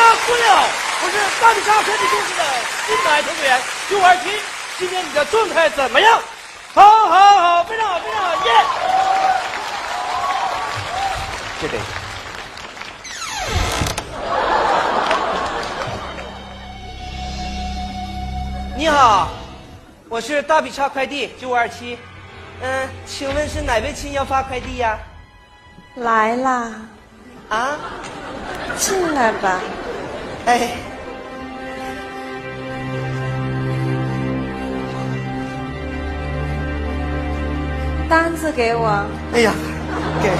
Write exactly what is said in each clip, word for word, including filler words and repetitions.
姑娘，我是大米莎快递公司的新来成员九五二七，今天你的状态怎么样？好，好，好，非常好，非常好，耶！这得。你好，我是大比叉快递九五二七，嗯，请问是哪位亲要发快递呀？ 来啦， 啊， 进来吧。 哎， 单子给我。 哎呀，给。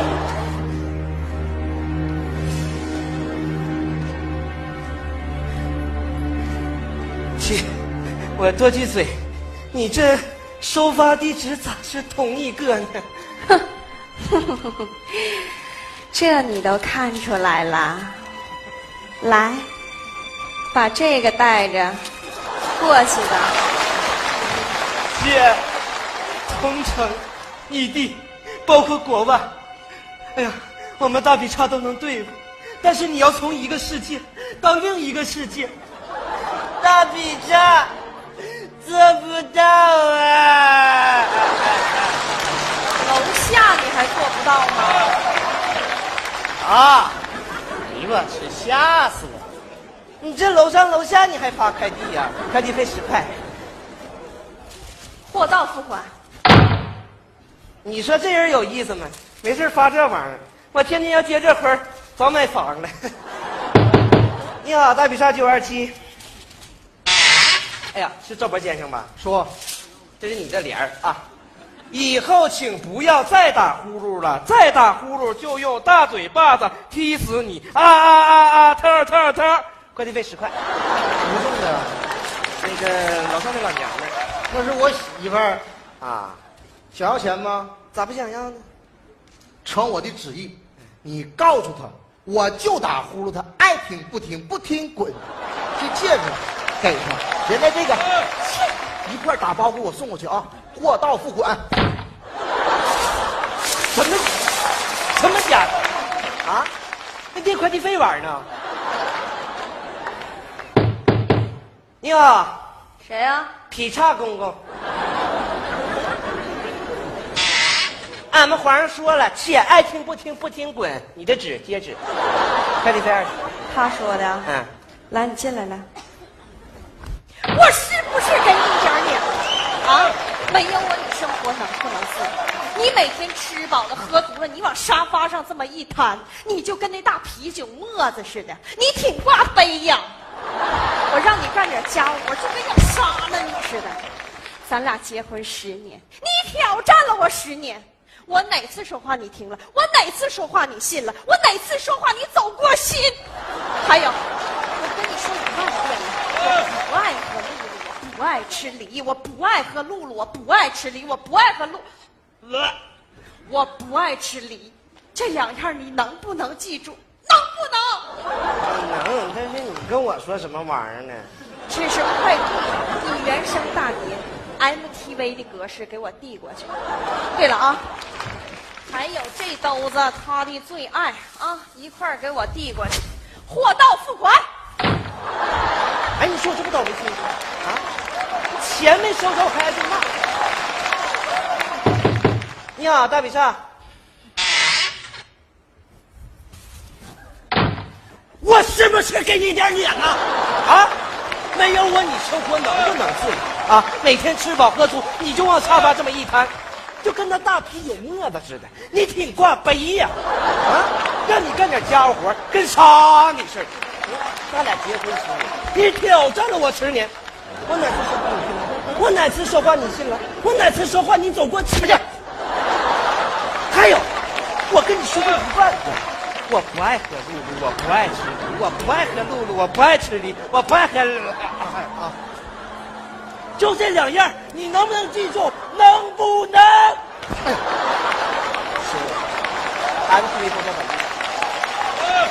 去，我多句嘴，你这收发地址咋是同一个呢？ 哼，这你都看出来了。来，把这个带着过去吧。 姐，同城、异地，包括国外，哎呀，我们大比叉都能对付，但是你要从一个世界到另一个世界，大比叉做不到啊！ 楼下你还做不到吗？ 啊！哎我去，吓死我！你这楼上楼下你还发快递呀、啊？快递费十块。 货到付款。 你说这人有意思吗？没事发这玩意儿，我天天要接这活儿，早买房了。你好，大比莎九二七。哎呀，是赵博先生吧？ 说， 这是你的脸儿啊。以后请不要再打呼噜了，再打呼噜就用大嘴巴子踢死你！啊啊啊啊！疼疼疼！快递费十块。 不送的， 那个楼上那老娘们儿那是我媳妇儿， 啊， 想要钱吗？ 咋不想要呢？ 传我的旨意，你告诉他，我就打呼噜，他爱听不听，不听滚。这戒指给他，现在这个一块打包给我送过去啊，货到付款。 什么什么假的啊？那垫快递费玩呢？你好， 谁呀？ 劈叉公公。俺们皇上说了，且爱听不听，不听滚。你的纸接纸，快递费二十。 他说的。 嗯， 来，你进来来。我是不是给你一点脸啊？没有我，你生活能不能自理？你每天吃饱了喝足了，你往沙发上这么一瘫，你就跟那大啤酒沫子似的，你挺挂杯呀！我让你干点家务，我就跟要杀了你似的。咱俩结婚十年，你挑战了我十年，我哪次说话你听了？我哪次说话你信了？我哪次说话你走过心？还有，我跟你说一万遍了，我不爱喝露露，我不爱吃梨，我不爱喝露露，我不爱吃梨，我不爱喝露，我不爱吃梨，这两样你能不能记住？能不能？ 能，但是你跟我说什么玩意儿呢？ 这是快递，以原声大碟 M T V 的格式给我递过去。对了啊，还有这兜子他的最爱啊，一块儿给我递过去，货到付款。 哎，你说我这不倒霉心啊？钱没收着还挨骂。你好，大比莎。我是不是给你点脸啊？啊，没有我你生活能不能自理啊？每天吃饱喝足，你就往沙发这么一瘫，就跟那大啤酒沫子似的，你挺挂杯呀！啊，让你干点家务活，跟杀你似的。咱俩结婚十年，你挑战了我十年，我哪次说话你信了？我哪次说话你信了？我哪次说话你走过去？还有，我跟你说过一万遍。我不爱喝露露，我不爱吃梨，我不爱喝露露，我不爱吃梨，我不爱喝啊！就这两样，你能不能记住？能不能？哎呀，是，M T V 多少本？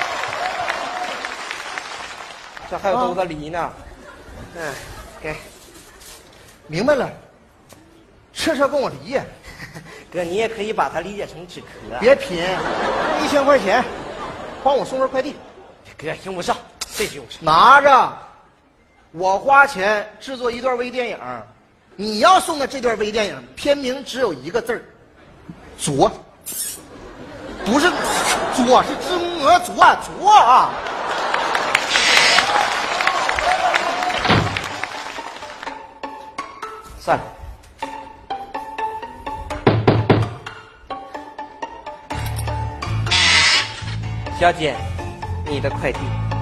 这还有兜子梨呢。嗯，给， 明白了，这是跟我离呀。 哥，你也可以把它理解成纸壳。 别贫，一千块钱，帮我送份快递。 哥，用不上， 这就是拿着，我花钱制作一段微电影，你要送的这段微电影片名只有一个字儿，拙，不是拙，是知鹅拙拙啊。 算了。小姐，你的快递。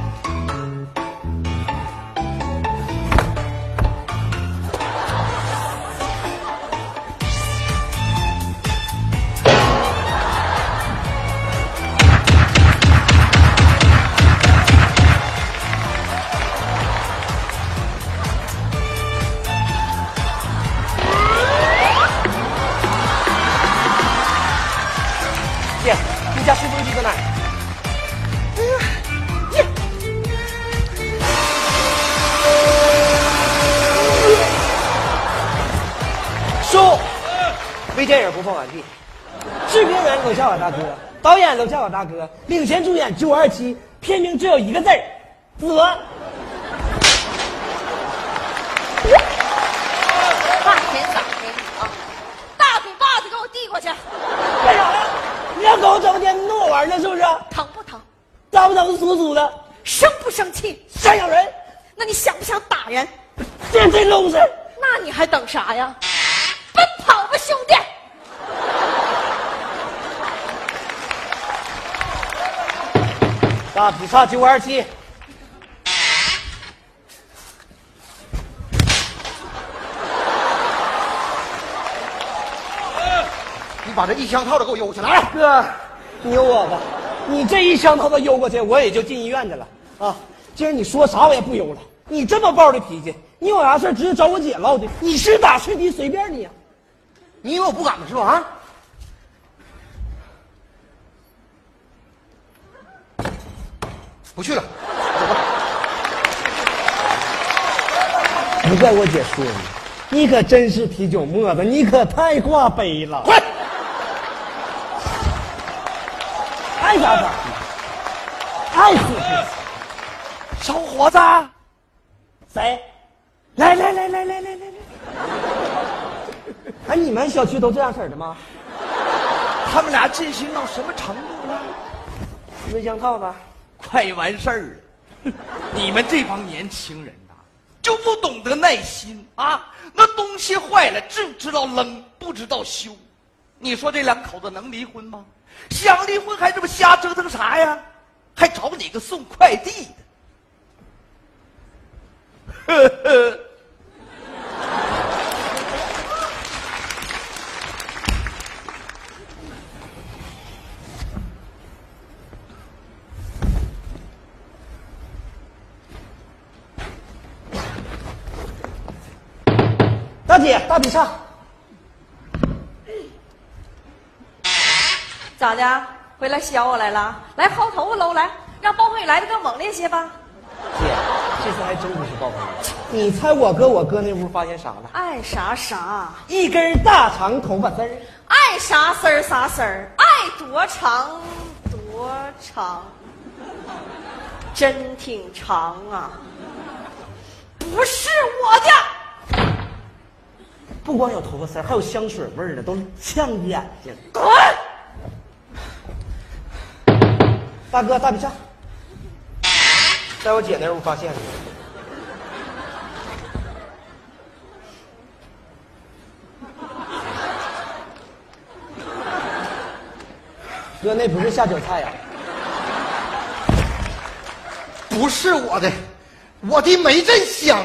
姐，你家吹风机在哪儿？收，微电影播放完毕。制片人娄小瓦大哥，导演娄小瓦大哥，领衔主演九二七，片名只有一个字儿，子。 大钱撒给你啊！大嘴巴子给我递过去。 干啥呀？你让狗整天弄我玩呢，是不是？ 疼不疼？ 脏不脏？酥酥的？ 生不生气？ 想咬人？ 那你想不想打人？ 这这弄事。 那你还等啥呀？奔跑吧，兄弟！ 大劈叉九二七。 你把这一箱套的给我邮去来。 哥，你有我吧？你这一箱套子邮过去，我也就进医院去了啊！今儿你说啥我也不邮了。你这么暴的脾气，你有啥事直接找我姐唠去。你是打是敌随便你呀、啊。 你以为我不敢是吧？啊！不去了，走吧。 不怪我姐说你，你可真是啤酒沫子，你可太挂杯了。 滚！ 爱咋咋地，爱死谁死。小伙子，谁？来来来来来来来来。哎，你们小区都这样式儿的吗？ 他们俩进行到什么程度了？ 没香套子， 快完事儿了。你们这帮年轻人呐、啊，就不懂得耐心啊！那东西坏了，只知道扔，不知道修。你说这两口子能离婚吗？想离婚还这么瞎折腾啥呀？还找你个送快递的。呵呵。 大姐，大比叉。 咋的？回来削我来了？来薅头发喽！来，让暴风雨来的更猛烈些吧。 姐，这次还真不是暴风雨。你猜我哥我哥那屋发现啥了？ 爱啥啥， 一根大长头发丝儿。 爱啥丝儿啥丝儿，爱多长多长，真挺长啊！不是我的。 不光有头发丝儿，还有香水味儿的，都呛眼睛。 滚！ 大哥，大比叉，在我姐那屋发现的。哥，那不是下酒菜呀、 啊？不是我的，我的没真香。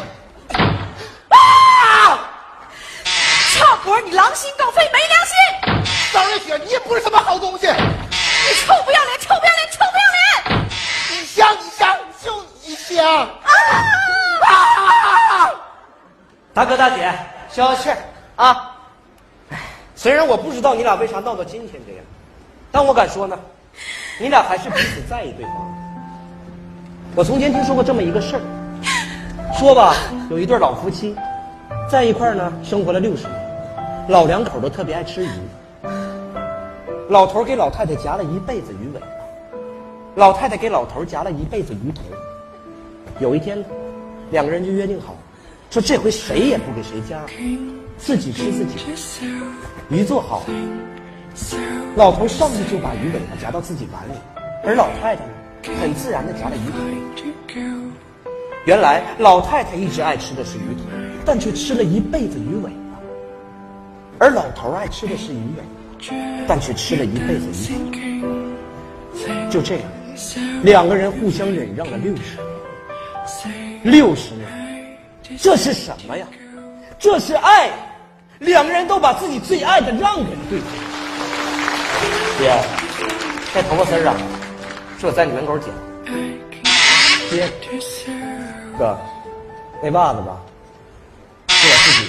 啊！差婆，你狼心狗肺，没良心！ 张月雪，你也不是什么好东西。 你臭不要脸，臭不要脸，臭不要脸！ 你香，你香，就你香！啊啊！大哥大姐，消消气儿啊！哎，虽然我不知道你俩为啥闹到今天这样，但我敢说呢，你俩还是彼此在意对方。我从前听说过这么一个事儿，说吧，有一对老夫妻，在一块儿呢，生活了六十年，老两口都特别爱吃鱼。老头给老太太夹了一辈子鱼尾巴，老太太给老头夹了一辈子鱼头。 有一天呢，两个人就约定好，说这回谁也不给谁夹，自己吃自己。鱼做好，老头上去就把鱼尾巴夹到自己碗里，而老太太呢，很自然地夹了鱼腿。原来老太太一直爱吃的是鱼腿，但却吃了一辈子鱼尾巴；而老头爱吃的是鱼尾巴，但却吃了一辈子鱼腿。就这样，两个人互相忍让了六十年。六十年，这是什么呀？这是爱。两个人都把自己最爱的让给了对方。姐，这头发丝儿啊，是我在你门口捡。姐，哥，那袜子吧，是我自己。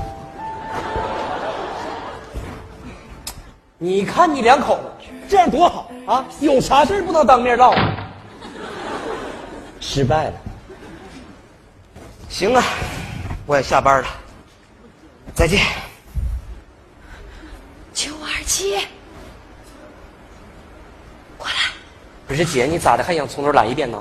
你看你两口子这样多好啊！有啥事不能当面唠？失败了。行啊，我也下班了，再见。 九二七，过来。 不是姐，你咋的还想从头来一遍呢？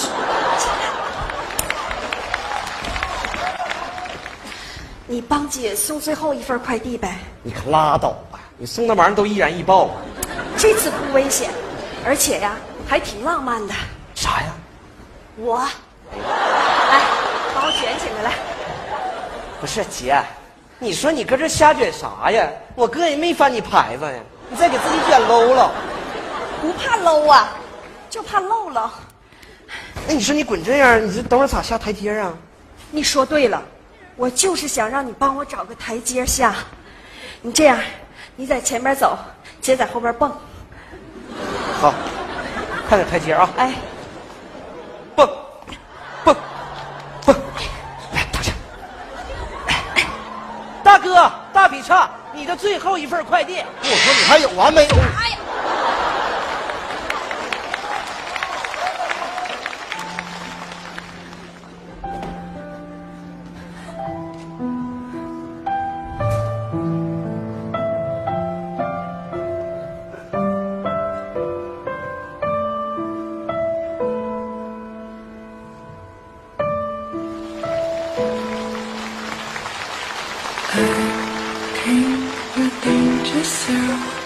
你帮姐送最后一份快递呗。 你可拉倒吧，你送那玩意儿都易燃易爆啊。 这次不危险，而且呀还挺浪漫的。 啥呀？ 我，来，帮我卷起来来。 不是姐，你说你搁这瞎卷啥呀？我哥也没翻你牌子呀，你再给自己卷 low 了。 不怕 low 啊，就怕漏了。 那你说你滚这样，你这等会儿咋下台阶啊？ 你说对了，我就是想让你帮我找个台阶下。你这样，你在前边走，姐在后边蹦。 好，看看台阶啊！ 哎， 蹦，蹦，蹦，来躺下。大哥，大劈叉，你的最后一份快递。 我说你还有完没有？ 哎呀！ I came with danger, so